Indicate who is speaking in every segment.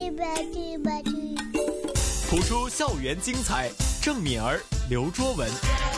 Speaker 1: 谱出校园精彩，郑敏儿、刘卓文。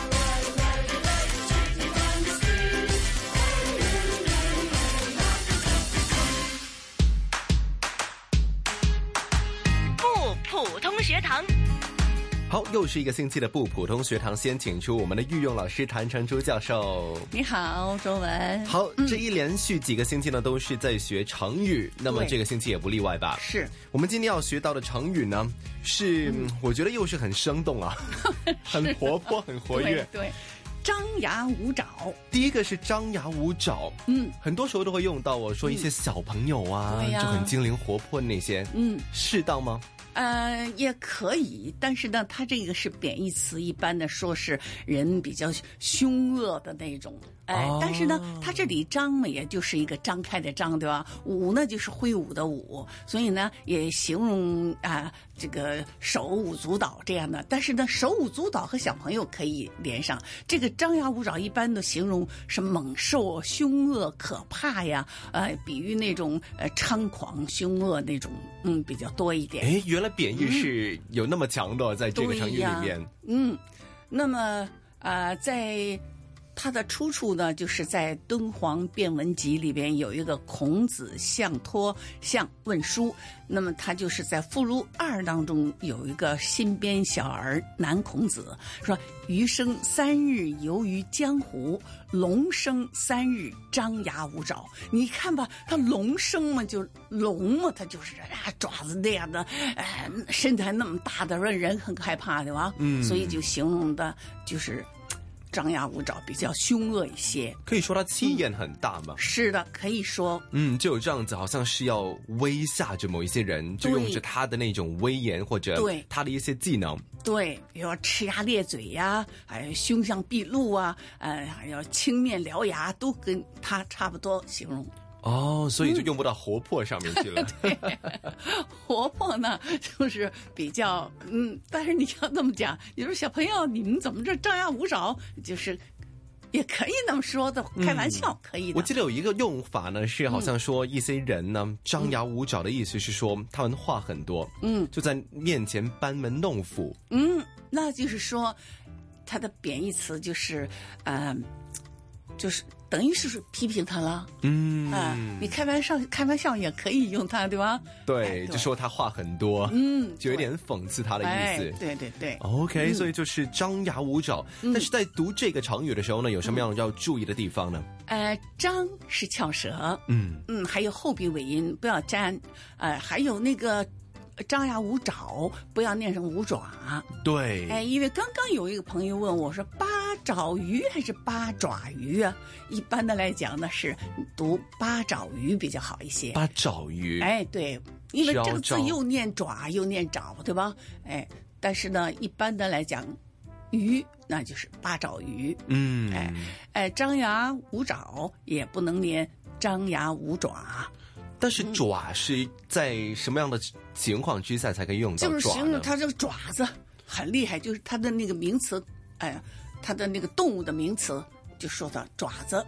Speaker 2: 不普通学堂。
Speaker 3: 好，又是一个星期的不普通学堂，先请出我们的御用老师谭成珠教授。
Speaker 4: 你好，周文。
Speaker 3: 好，这一连续几个星期呢，都是在学成语，那么这个星期也不例外吧？
Speaker 4: 是。
Speaker 3: 我们今天要学到的成语呢，是我觉得又是很生动啊，很活泼，很活跃。
Speaker 4: 对。张牙舞爪，
Speaker 3: 第一个是张牙舞爪，很多时候都会用到我说一些小朋友啊，就很精灵活泼那些，适当吗？
Speaker 4: 也可以，但是呢，它这个是贬义词，一般的说是人比较凶恶的那种。但是呢，它这里张嘛，也就是一个张开的张，对吧？舞呢，就是挥舞的舞，所以呢，也形容这个手舞足蹈这样的。但是呢，手舞足蹈和小朋友可以连上。这个张牙舞爪一般的形容什么猛兽、凶恶、可怕呀，比喻那种猖狂、凶恶那种，比较多一点。
Speaker 3: 哎，原来贬义是有那么强的，在这个成语里面。
Speaker 4: 那么在它的出处呢，就是在《敦煌变文集》里边有一个孔子向托向问书，那么他就是在附录2当中有一个新编小儿男孔子说：“余生3日游于江湖，龙生3日张牙舞爪。”你看吧，他龙生嘛，就龙嘛，他就是爪子那样的，身材那么大的，让人很害怕，对吧？所以就形容的就是张牙舞爪，比较凶恶一些。
Speaker 3: 可以说他气焰很大吗？
Speaker 4: 是的，可以说。
Speaker 3: 就有这样子，好像是要威吓着某一些人，就用着他的那种威严或者他的一些技能。
Speaker 4: 对，比如说呲牙咧嘴呀，还有凶相毕露啊，还有青面獠牙，都跟他差不多形容。
Speaker 3: 所以就用不到活泼上面去了。
Speaker 4: 对，活泼呢就是比较但是你要这么讲，你说小朋友你们怎么这张牙舞爪，就是也可以那么说的，开玩笑可以的。
Speaker 3: 我记得有一个用法呢，是好像说一些人呢张牙舞爪的意思是说他们话很多，就在面前班门弄斧。
Speaker 4: 那就是说他的贬义词就是就是等于是批评他了。你开玩笑也可以用它，对吧？
Speaker 3: 对，就说他话很多，就有点讽刺他的意思。
Speaker 4: 对。
Speaker 3: OK，所以就是张牙舞爪。但是在读这个成语的时候呢，有什么样要注意的地方呢？
Speaker 4: 张是翘舌，还有后鼻尾音不要沾，还有那个张牙舞爪不要念成舞爪。
Speaker 3: 对，
Speaker 4: 因为刚刚有一个朋友问我说八爪鱼还是八爪鱼啊？一般的来讲呢是读八爪鱼比较好一些。
Speaker 3: 八爪鱼，
Speaker 4: 对，因为这个字又念爪又念爪，对吧？但是呢，一般的来讲，鱼那就是八爪鱼。张牙舞爪也不能念张牙舞爪。
Speaker 3: 但是爪是在什么样的情况之下才可以用到爪呢？
Speaker 4: 就是形容它这个爪子很厉害，就是它的那个名词，它的那个动物的名词就说到爪子。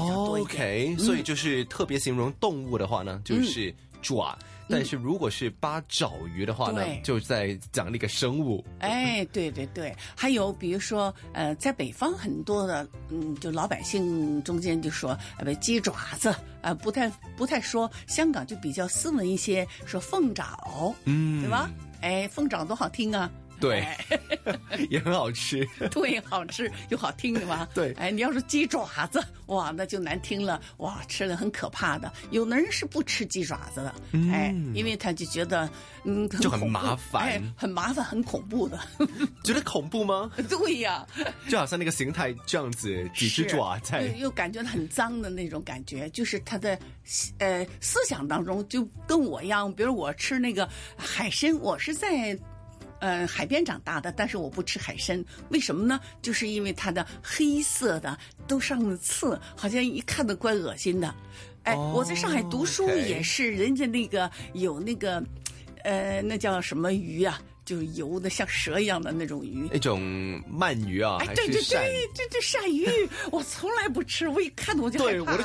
Speaker 3: OK，所以就是特别形容动物的话呢，就是爪。但是如果是八爪鱼的话呢，就在讲那个生物。
Speaker 4: 对，还有比如说在北方很多的就老百姓中间就说鸡爪子，不太说。香港就比较斯文一些，说凤爪，对吧？凤爪多好听啊。
Speaker 3: 对，也很好吃。
Speaker 4: 对，好吃又好听的嘛。
Speaker 3: 对，
Speaker 4: 你要说鸡爪子，哇，那就难听了，哇，吃了很可怕的。有的人是不吃鸡爪子的，因为他就觉得
Speaker 3: 就很麻烦，
Speaker 4: 很麻烦，很恐怖的。
Speaker 3: 觉得恐怖吗？
Speaker 4: 对呀，
Speaker 3: 就好像那个形态这样子，几只爪在，
Speaker 4: 又感觉很脏的那种感觉，就是他的思想当中就跟我一样，比如我吃那个海参，我是在海边长大的，但是我不吃海参，为什么呢？就是因为它的黑色的都上了刺，好像一看都怪恶心的。我在上海读书也是，人家那个有那个那叫什么鱼啊，就游的像蛇一样的那种鱼，
Speaker 3: 那种鳗鱼啊，还是
Speaker 4: 对，这鳝鱼我从来不吃，我一看我就害怕。
Speaker 3: 对，我都觉得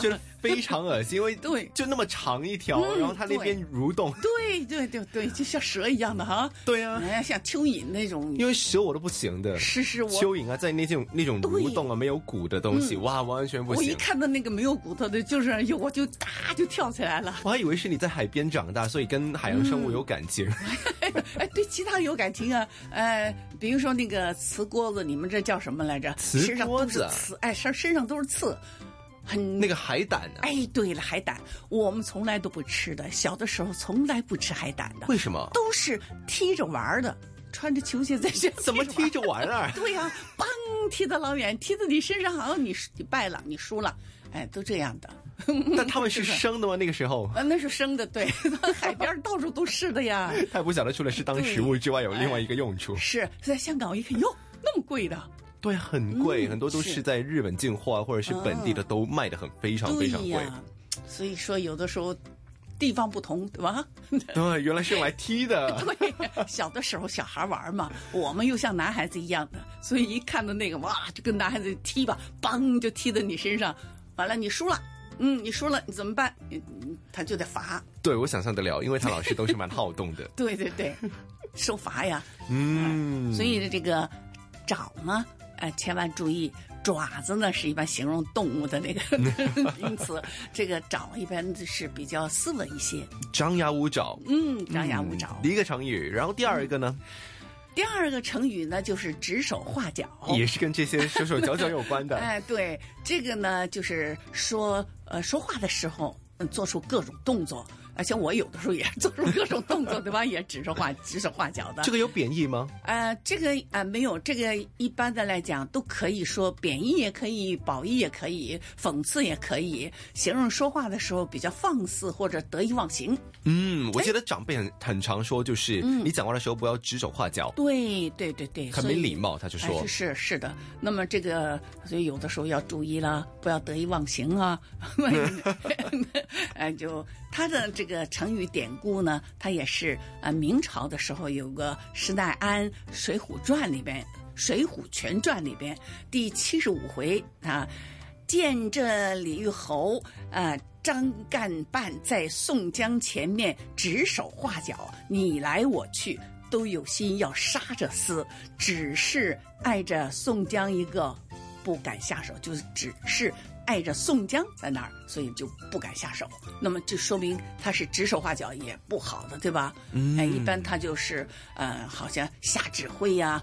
Speaker 3: 非常恶心，因为
Speaker 4: 对
Speaker 3: 就那么长一条，然后它那边蠕动。
Speaker 4: 对，就像蛇一样的哈。
Speaker 3: 对啊，
Speaker 4: 像蚯蚓那种。
Speaker 3: 因为蛇我都不行的。
Speaker 4: 是
Speaker 3: 蚯蚓啊，在那种蠕动啊没有骨的东西，哇，完全不行。
Speaker 4: 我一看到那个没有骨头的，就是我就就跳起来了。
Speaker 3: 我还以为是你在海边长大，所以跟海洋生物有感情。
Speaker 4: 对其他有感情啊，比如说那个瓷锅子，你们这叫什么来着？
Speaker 3: 瓷锅子，
Speaker 4: 身上都是刺。
Speaker 3: 那个海胆啊！
Speaker 4: 对了，海胆我们从来都不吃的，小的时候从来不吃海胆的。
Speaker 3: 为什么？
Speaker 4: 都是踢着玩的，穿着球鞋在这
Speaker 3: 怎么踢着玩啊？
Speaker 4: 对呀，梆踢得老远，踢到你身上，好像你败了，你输了，都这样的。
Speaker 3: 但他们是生的吗？那个时候
Speaker 4: 那是生的，对，海边到处都是的呀。
Speaker 3: 他也不晓得除了是当食物之外，有另外一个用处。
Speaker 4: 是在香港我一看，哟，那么贵的。
Speaker 3: 对，很贵，很多都是在日本进货或者是本地的，都卖得非常非常贵。
Speaker 4: 所以说有的时候地方不同，对吧？
Speaker 3: 对，原来是用来踢的。
Speaker 4: 对，小的时候小孩玩嘛，我们又像男孩子一样的，所以一看到那个哇，就跟男孩子踢吧，梆就踢到你身上，完了你输了。你输了，你怎么办？他就得罚。对，
Speaker 3: 我想象得了，因为他老师都是蛮好动的。
Speaker 4: 对，受罚呀。所以这个爪呢，千万注意，爪子呢是一般形容动物的那个名词，这个爪一般是比较斯文一些。
Speaker 3: 张牙舞爪。
Speaker 4: 张牙舞爪。
Speaker 3: 第一个成语，然后第二个呢？
Speaker 4: 第二个成语呢，就是指手画脚，
Speaker 3: 也是跟这些手手脚脚有关的。
Speaker 4: 对，这个呢，就是说话的时候，做出各种动作。而且我有的时候也做出各种动作，对吧？也指手画脚的。
Speaker 3: 这个有贬义吗？
Speaker 4: 这个没有，这个一般的来讲都可以说，贬义也可以，褒义也可以，讽刺也可以，形容说话的时候比较放肆或者得意忘形。
Speaker 3: 我记得长辈很常说，就是你讲话的时候不要指手画脚。
Speaker 4: 对，
Speaker 3: 很没礼貌，他就说。
Speaker 4: 是的。那么这个，所以有的时候要注意了，不要得意忘形啊。就他的这个成语典故呢，它也是明朝的时候有个施耐庵《水浒传》里边，《水浒全传》里边第75回啊，见这李玉侯张干办在宋江前面指手画脚，你来我去，都有心要杀这厮，只是碍着宋江一个不敢下手，就是只是碍着宋江在那儿，所以就不敢下手。那么就说明他是指手画脚也不好的，对吧？一般他就是好像瞎指挥呀，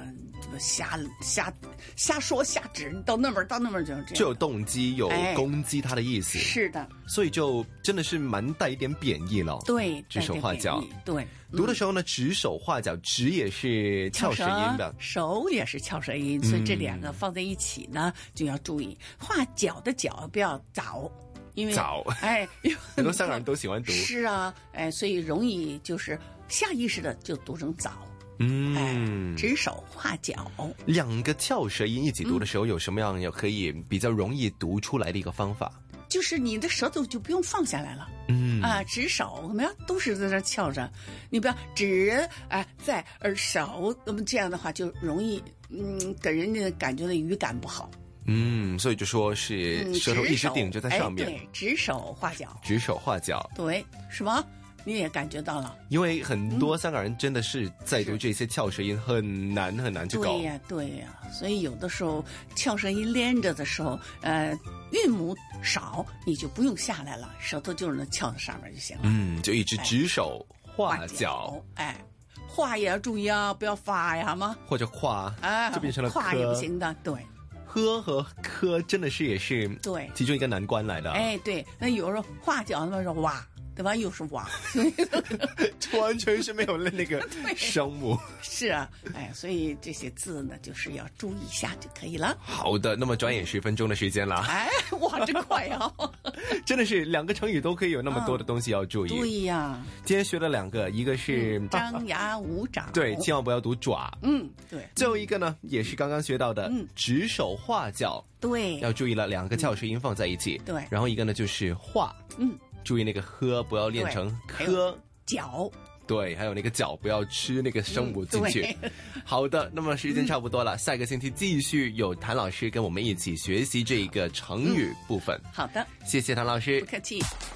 Speaker 4: 瞎说瞎指，到那边就是这样，
Speaker 3: 就有动机，有攻击他的意思。
Speaker 4: 是的，
Speaker 3: 所以就真的是蛮带一点贬义了。
Speaker 4: 对，
Speaker 3: 指手画脚。
Speaker 4: 对，
Speaker 3: 读的时候呢，指手画脚，指也是翘舌音的，
Speaker 4: 手也是翘舌音，所以这两个放在一起呢，就要注意。画脚的脚不要早，因为
Speaker 3: 早，很多香港人都喜欢读。
Speaker 4: 是啊，所以容易就是下意识的就读成早。指手画脚，
Speaker 3: 两个翘舌音一起读的时候，有什么样可以比较容易读出来的一个方法？
Speaker 4: 就是你的舌头就不用放下来了。指手怎么样，都是在这翘着，你不要指在手，那么这样的话就容易给人家感觉的语感不好。
Speaker 3: 所以就说是舌头一直顶着在上面。
Speaker 4: 对，指手画脚，
Speaker 3: 指手画脚，
Speaker 4: 对，是吧？你也感觉到了，
Speaker 3: 因为很多香港人真的是在读这些翘舌音很难去搞。
Speaker 4: 对呀，所以有的时候翘舌音连着的时候，韵母少，你就不用下来了，舌头就是能翘在上面就行了。
Speaker 3: 就一直指手画脚。
Speaker 4: 画也要注意啊，不要发呀，好吗？
Speaker 3: 或者画就变成了
Speaker 4: 画也不行的，对。
Speaker 3: 呵和科真的是也是
Speaker 4: 对
Speaker 3: 其中一个难关来的。
Speaker 4: 对，那有时候画脚那说哇，对吧？又是哇，
Speaker 3: 完全是没有那个声母。
Speaker 4: 是啊，所以这些字呢，就是要注意一下就可以了。
Speaker 3: 好的，那么转眼10分钟的时间了。
Speaker 4: 哇，真快啊！
Speaker 3: 真的是两个成语都可以有那么多的东西要注意。
Speaker 4: 对呀，
Speaker 3: 今天学了两个，一个是
Speaker 4: 张牙舞爪，
Speaker 3: 对，千万不要读爪。
Speaker 4: 对。
Speaker 3: 最后一个呢，也是刚刚学到的，指手画脚。
Speaker 4: 对，
Speaker 3: 要注意了，两个翘舌音放在一起。
Speaker 4: 对。
Speaker 3: 然后一个呢就是画。注意那个呵不要练成科。
Speaker 4: 脚。
Speaker 3: 对，还有那个脚不要吃那个生物进去。好的，那么时间差不多了，下个星期继续有谭老师跟我们一起学习这个成语部分。
Speaker 4: 好的，
Speaker 3: 谢谢谭老师，
Speaker 4: 不客气。